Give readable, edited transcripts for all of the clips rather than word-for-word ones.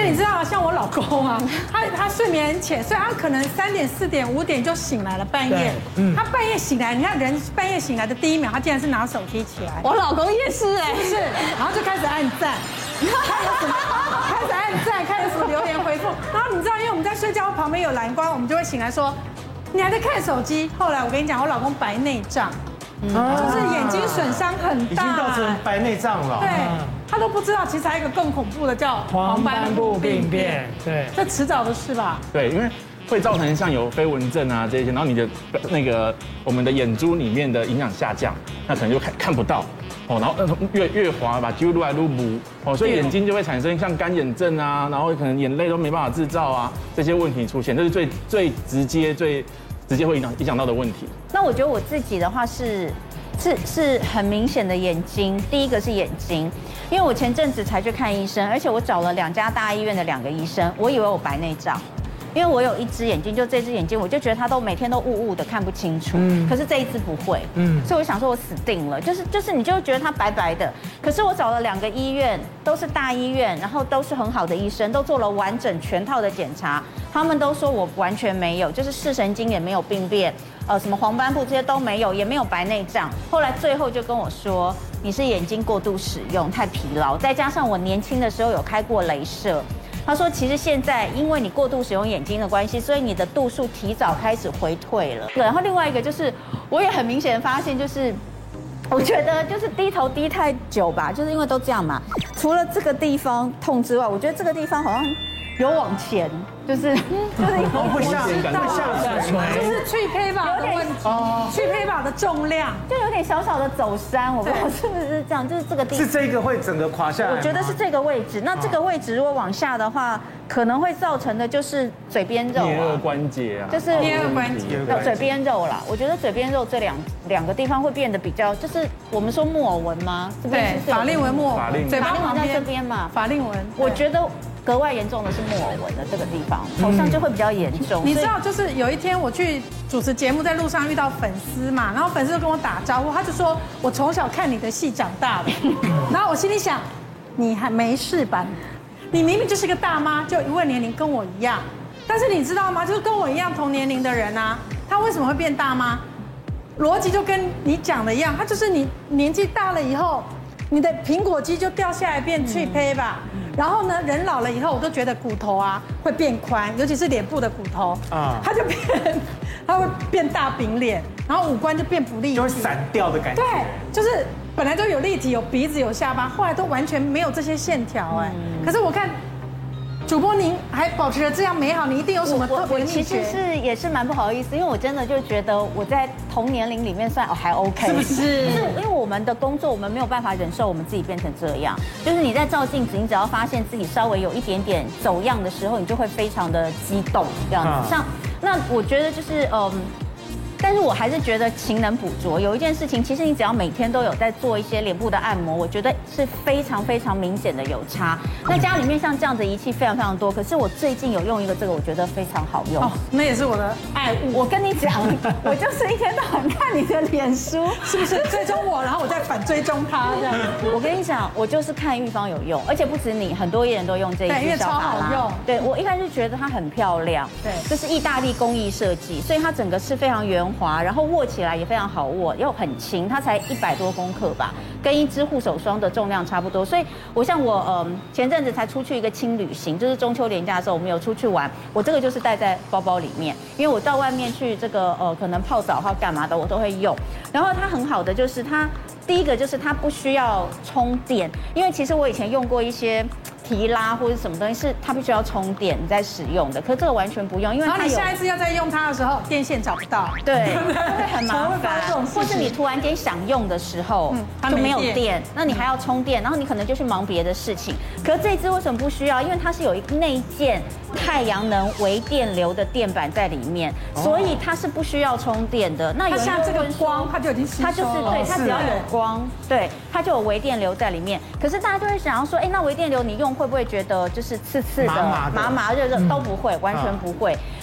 对，你知道像我老公啊，他睡眠浅，所以他可能3点、4点、5点就醒来了，半夜。他半夜醒来，你看人半夜醒来的第一秒，他竟然是拿手机起来。 我老公也是哎， 是，然后就开始按赞。开始按赞，看有什么留言回复。然后你知道，因为我们在睡觉旁边有蓝光，我们就会醒来说，你还在看手机。后来我跟你讲，我老公白内障，就是眼睛损伤很大， 已经造成白内障了。 对，他都不知道，其实还有一个更恐怖的叫黄斑部病变。对， 这迟早的事吧？ 对，因为会造成像有飞蚊症啊这些，然后你的那个我们的眼珠里面的营养下降，那可能就看不到。哦，然后越滑吧，几乎越来越糊哦，所以眼睛就会产生像干眼症啊，然后可能眼泪都没办法制造啊，这些问题出现，这是最直接会影响到的问题。 那我觉得我自己的话是很明显的眼睛，第一个是眼睛，因为我前阵子才去看医生，而且我找了2家大医院的2个医生，我以为我白内障。因为我有一只眼睛，就这只眼睛，我就觉得它都每天都雾雾的，看不清楚。可是这一只不会。所以我想说，我死定了。就是你就会觉得它白白的。可是我找了2个医院，都是大医院，然后都是很好的医生，都做了完整全套的检查，他们都说我完全没有，就是视神经也没有病变，什么黄斑部这些都没有，也没有白内障。后来最后就跟我说，你是眼睛过度使用，太疲劳，再加上我年轻的时候有开过雷射。他说，其实现在因为你过度使用眼睛的关系，所以你的度数提早开始回退了。然后另外一个就是，我也很明显的发现，就是我觉得就是低头低太久吧，就是因为都这样嘛。除了这个地方痛之外，我觉得这个地方好像有往前，就是会像水， 就是去胚吧的问题，去胚吧的重量， 就有点小小的走山，我不知道是不是这样，就是这个地方是这个会整个垮下来。 我觉得是这个位置，那这个位置如果往下的话，可能会造成的就是嘴边肉颞颌关节啊， 就是颞颌关节， 嘴边肉啦。我觉得嘴边肉这两个地方会变得比较，就是我们说木偶纹吗？ 对，法令纹、木偶纹，嘴巴旁边在这边嘛， 法令纹。 我觉得格外严重的是木偶纹的这个地方，头上就会比较严重。 你知道，就是有一天我去主持节目，在路上遇到粉丝嘛，然后粉丝就跟我打招呼，他就说我从小看你的戏长大的，然后我心里想，你还没事吧？你明明就是个大妈，就一问年龄跟我一样，但是你知道吗？就是跟我一样同年龄的人啊，他为什么会变大妈？逻辑就跟你讲的一样，他就是你年纪大了以后，你的苹果肌就掉下来变脆胚吧。然后呢，人老了以后，我都觉得骨头啊会变宽，尤其是脸部的骨头啊，它会变大饼脸，然后五官就变不立体， 就会散掉的感觉。 对，就是本来都有立体，有鼻子，有下巴，后来都完全没有这些线条哎。可是我看主播您还保持着这样美好，你一定有什么特别的秘诀？ 我其实也是蛮不好意思，因为我真的就觉得我在同年龄里面算还 OK， 是不是？ 就是因为我们的工作，我们没有办法忍受我们自己变成这样。就是你在照镜子，你只要发现自己稍微有一点点走样的时候，你就会非常的激动这样子。像那我觉得就是但是我还是觉得勤能补拙。有一件事情，其实你只要每天都有在做一些脸部的按摩，我觉得是非常非常明显的有差。那家里面像这样的仪器非常非常多，可是我最近有用一个这个，我觉得非常好用。 那也是我的爱物。 我跟你讲，我就是一天到晚看你的脸书， 是不是追踪我，然后我再反追踪他这样？ 我跟你讲，我就是看玉芳有用，而且不止你，很多艺人都用这一支， 对，因为超好用。 对，我一开始觉得它很漂亮，对，这是意大利工艺设计，所以它整个是非常圆滑，然后握起来也非常好握，又很轻，它才100多公克吧，跟一支护手霜的重量差不多。所以我前阵子才出去一个轻旅行，就是中秋连假的时候，我们有出去玩，我这个就是带在包包里面，因为我到外面去这个可能泡澡或干嘛的，我都会用。然后它很好的就是它第一个就是它不需要充电，因为其实我以前用过一些提拉或者什么东西是它必须要充电你在使用的，可是这个完全不用，因为它有。 然后你下一次要再用它的时候，电线找不到， 对，会很麻烦。或是你突然间想用的时候就没有电，那你还要充电，然后你可能就去忙别的事情。可是这支为什么不需要？因为它是有一内建太阳能微电流的电板在里面，所以它是不需要充电的。那有像这个光，它就已经吸收了。 它就是对，它只要有光，对，它就有微电流在里面。可是大家就会想要说，哎，那微电流你用会不会觉得就是刺刺的、麻麻热热？都不会，完全不会。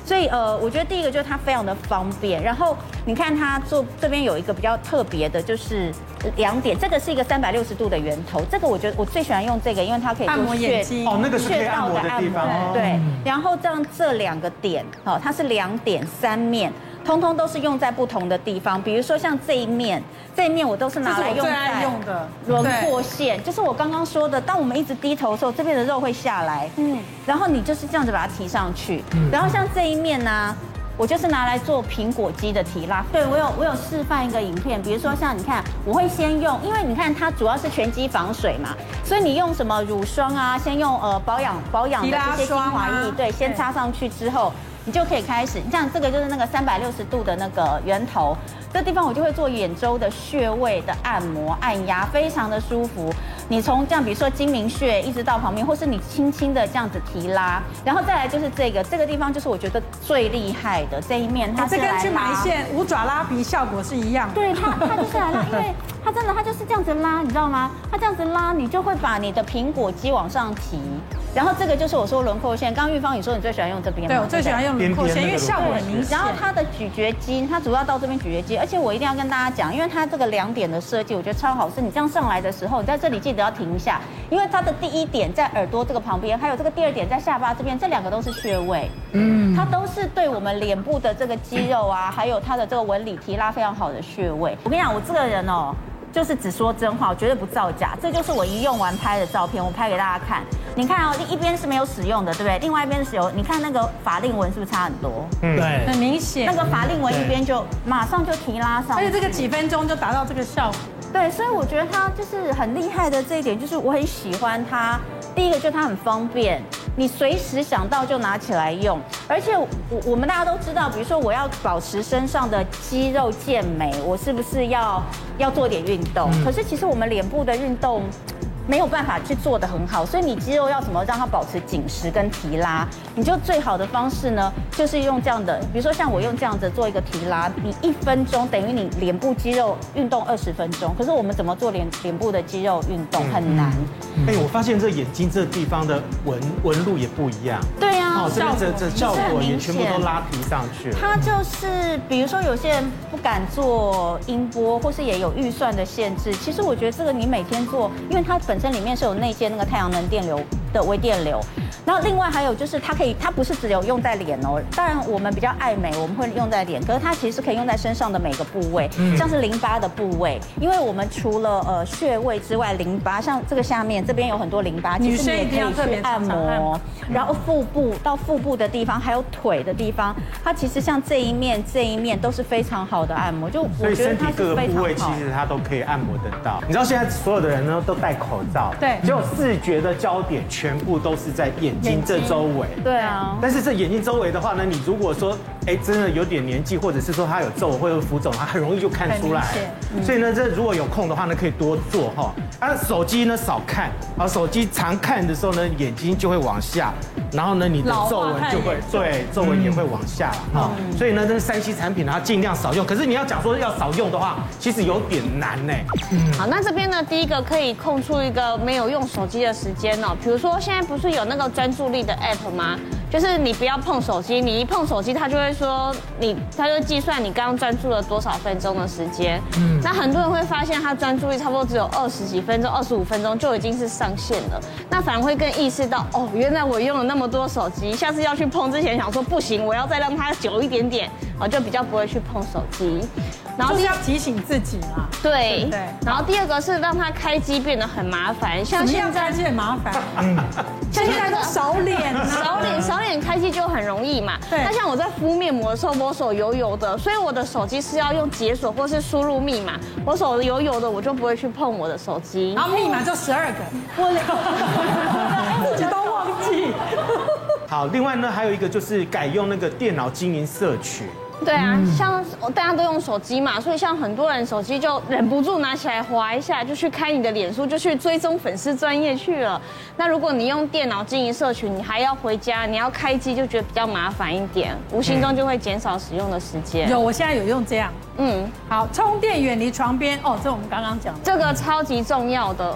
所以我觉得第一个就是它非常的方便，然后你看它这边有一个比较特别的，就是2点，这个是一个360度的圆头，这个我觉得我最喜欢用这个，因为它可以按摩眼睛哦，那个是可以按摩的地方， 对，然后这2个点，它是2点3面。通通都是用在不同的地方，比如说像这一面我都是拿来用在轮廓线，就是我刚刚说的，当我们一直低头的时候，这边的肉会下来，然后你就是这样子把它提上去，然后像这一面呢，我就是拿来做苹果肌的提拉。对，我有示范一个影片，比如说像你看，我会先用，因为你看它主要是全肌防水嘛，所以你用什么乳霜啊，先用保养的这些精华液，对，先擦上去之后。你就可以开始，像这个就是那个360度的那个圆头，这地方我就会做眼周的穴位的按摩按压，非常的舒服。你从这样，比如说睛明穴一直到旁边，或是你轻轻的这样子提拉，然后再来就是这个地方就是我觉得最厉害的这一面，它这跟去埋线五爪拉皮效果是一样的。 对，它就是来拉，因为它真的它就是这样子拉，你知道吗？它这样子拉，你就会把你的苹果肌往上提。然后这个就是我说轮廓线，刚刚玉芳你说你最喜欢用这边吗？ 对，我最喜欢用轮廓线，因为效果很明显。 然后它的咀嚼肌，它主要到这边咀嚼肌，而且我一定要跟大家讲，因为它这个2点的设计，我觉得超好，是你这样上来的时候，你在这里记得要停一下，因为它的第1点在耳朵这个旁边，还有这个第2点在下巴这边，这2个都是穴位，它都是对我们脸部的这个肌肉啊，还有它的这个纹理提拉非常好的穴位。我跟你讲，我这个人哦。就是只说真话，我绝对不造假。这就是我一用完拍的照片，我拍给大家看。你看哦，一边是没有使用的，对不对？另外一边是有，你看那个法令纹是不是差很多？ 对， 很明显。 那个法令纹一边就马上就提拉上， 而且这个几分钟就达到这个效果。 对，所以我觉得它就是很厉害的这一点，就是我很喜欢它。第一个就是它很方便，你随时想到就拿起来用，而且我们大家都知道，比如说我要保持身上的肌肉健美，我是不是要做点运动？可是其实我们脸部的运动没有办法去做得很好，所以你肌肉要怎么让它保持紧实跟提拉？你就最好的方式呢，就是用这样的，比如说像我用这样子做一个提拉，你1分钟等于你脸部肌肉运动20分钟。可是我们怎么做脸部的肌肉运动很难。 哎，我发现这眼睛这地方的纹路也不一样。 对啊， 这效果也全部都拉提上去了。 它就是比如说有些人不敢做音波，或是也有预算的限制。其实我觉得这个你每天做，因为它本身里面是有内建那个太阳能电流的微电流，然后另外还有就是它不是只有用在脸哦，当然我们比较爱美，我们会用在脸，可是它其实可以用在身上的每个部位，像是淋巴的部位，因为我们除了穴位之外，淋巴像这个下面这边有很多淋巴，其实你也可以去按摩，然后腹部的地方还有腿的地方，它其实像这一面都是非常好的按摩，就我觉得它是非常好。所以身体各个部位其实它都可以按摩得到。你知道现在所有的人呢都戴口罩， 对， 只有视觉的焦点全部都是在眼睛这周围。 对啊。 但是这眼睛周围的话呢，你如果说真的有点年纪，或者是说它有皱或者浮肿，它很容易就看出来。所以呢，这如果有空的话呢，可以多做哈。手机呢少看，手机常看的时候呢，眼睛就会往下，然后呢，你的皱纹就会皱纹也会往下哈。所以呢，这个3C 产品呢，它尽量少用。可是你要讲说要少用的话，其实有点难呢。 好，那这边呢，第一个可以空出一个没有用手机的时间哦。比如说现在不是有那个专注力的 app 吗？就是你不要碰手机，你一碰手机，它就会说它就计算你刚刚专注了多少分钟的时间。那很多人会发现他专注力差不多只有20几分钟、25分钟就已经是上限了。那反而会更意识到，哦，原来我用了那么多手机，下次要去碰之前想说不行，我要再让它久一点点，就比较不会去碰手机。 然后就是要提醒自己嘛。 对。然后第二个是让它开机变得很麻烦，像现在开机很麻烦。像现在都扫脸扫脸开机就很容易嘛。对。那像我在敷面膜的时候，我手油的，所以我的手机是要用解锁或是输入密码。我手油的，我就不会去碰我的手机。 然后密码就12个，自己都忘记。 好，另外呢，还有一个就是改用那个电脑经营社群。 对啊，像大家都用手机嘛，所以像很多人手机就忍不住拿起来滑一下，就去开你的脸书，就去追踪粉丝专页去了。那如果你用电脑经营社群，你还要回家，你要开机，就觉得比较麻烦一点，无形中就会减少使用的时间。 我现在有用这样。好，充电远离床边，这我们刚刚讲的， 这个超级重要的。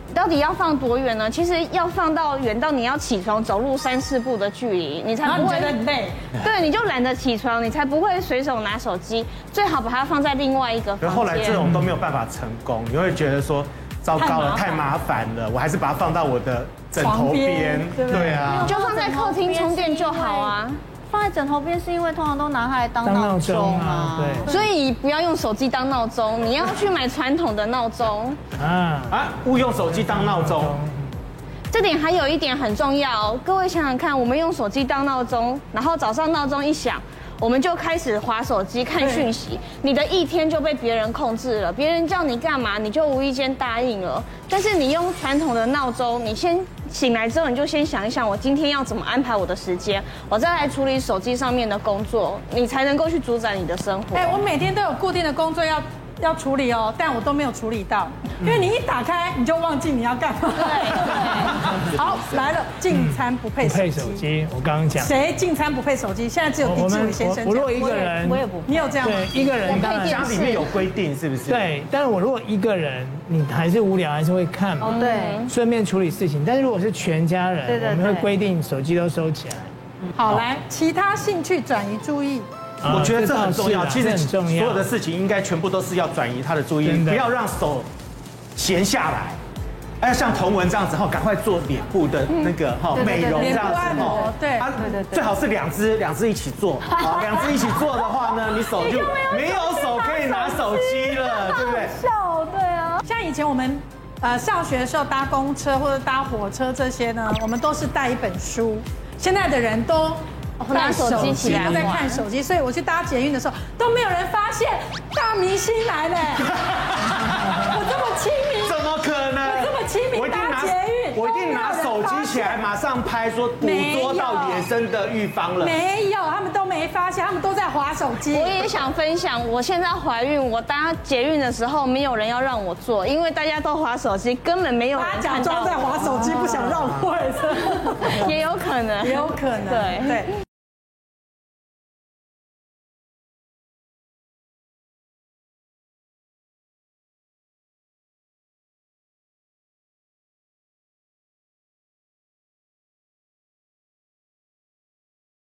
到底要放多远呢？其实要放到远到你要起床走路3、4步的距离，你才然后你不会觉得很累。 对，你就懒得起床，你才不会随手拿手机。最好把它放在另外一个房间。 后来这种都没有办法成功，你会觉得说，糟糕了，太麻烦了，我还是把它放到我的枕头边。对啊， 就放在客厅充电就好啊。 放在枕头边是因为通常都拿它来当当闹闹钟钟啊啊，。对所以不要用手机当闹钟，你要去买传统的闹钟。 啊， 误用手机当闹钟。 这点还有一点很重要哦，各位想想看，我们用手机当闹钟，然后早上闹钟一响，我们就开始滑手机看讯息，你的一天就被别人控制了，别人叫你干嘛，你就无意间答应了。但是你用传统的闹钟，你先醒来之后，你就先想一想，我今天要怎么安排我的时间，我再来处理手机上面的工作，你才能够去主宰你的生活。 我每天都有固定的工作要处理哦，但我都没有处理到，因为你一打开你就忘记你要干嘛。对。好，来了，进餐不配不配手机。 手机，我刚刚讲。 谁进餐不配手机？现在只有狄志伟先生。 我如果一个人， 我也不。 你有这样吗？ 对，一个人当然家里面有规定是不是？ 对，但是我如果一个人，你还是无聊，还是会看嘛。 对。 顺便处理事情，但是如果是全家人， 对对对我们会规定手机都收起来。 好，来，其他兴趣转移注意。 我觉得这很重要。 这其实很重要， 所有的事情应该全部都是要转移他的注意力，不要让手闲下来。哎，像童文这样子哈，赶快做脸部的那个哈美容这样子哈。 对， 最好是两只一起做。好，两只一起做的话呢，你手就没有手可以拿手机了，对不对？ 笑，对啊。 像以前我们上学的时候搭公车或者搭火车这些呢，我们都是带一本书。现在的人都拿手机起来在看手机，所以我去搭捷运的时候都没有人发现大明星来了。我这么亲民， 怎么可能？ 我这么亲民搭捷运， 我一定拿手机起来，马上拍说捕捉到野生的玉芳了。 没有，他们都没发现，他们都在滑手机。 我也想分享，我现在怀孕，我搭捷运的时候没有人要让我坐，因为大家都滑手机，根本没有人假看到装在滑手机，不想让位。 也有可能， 也有可能，对。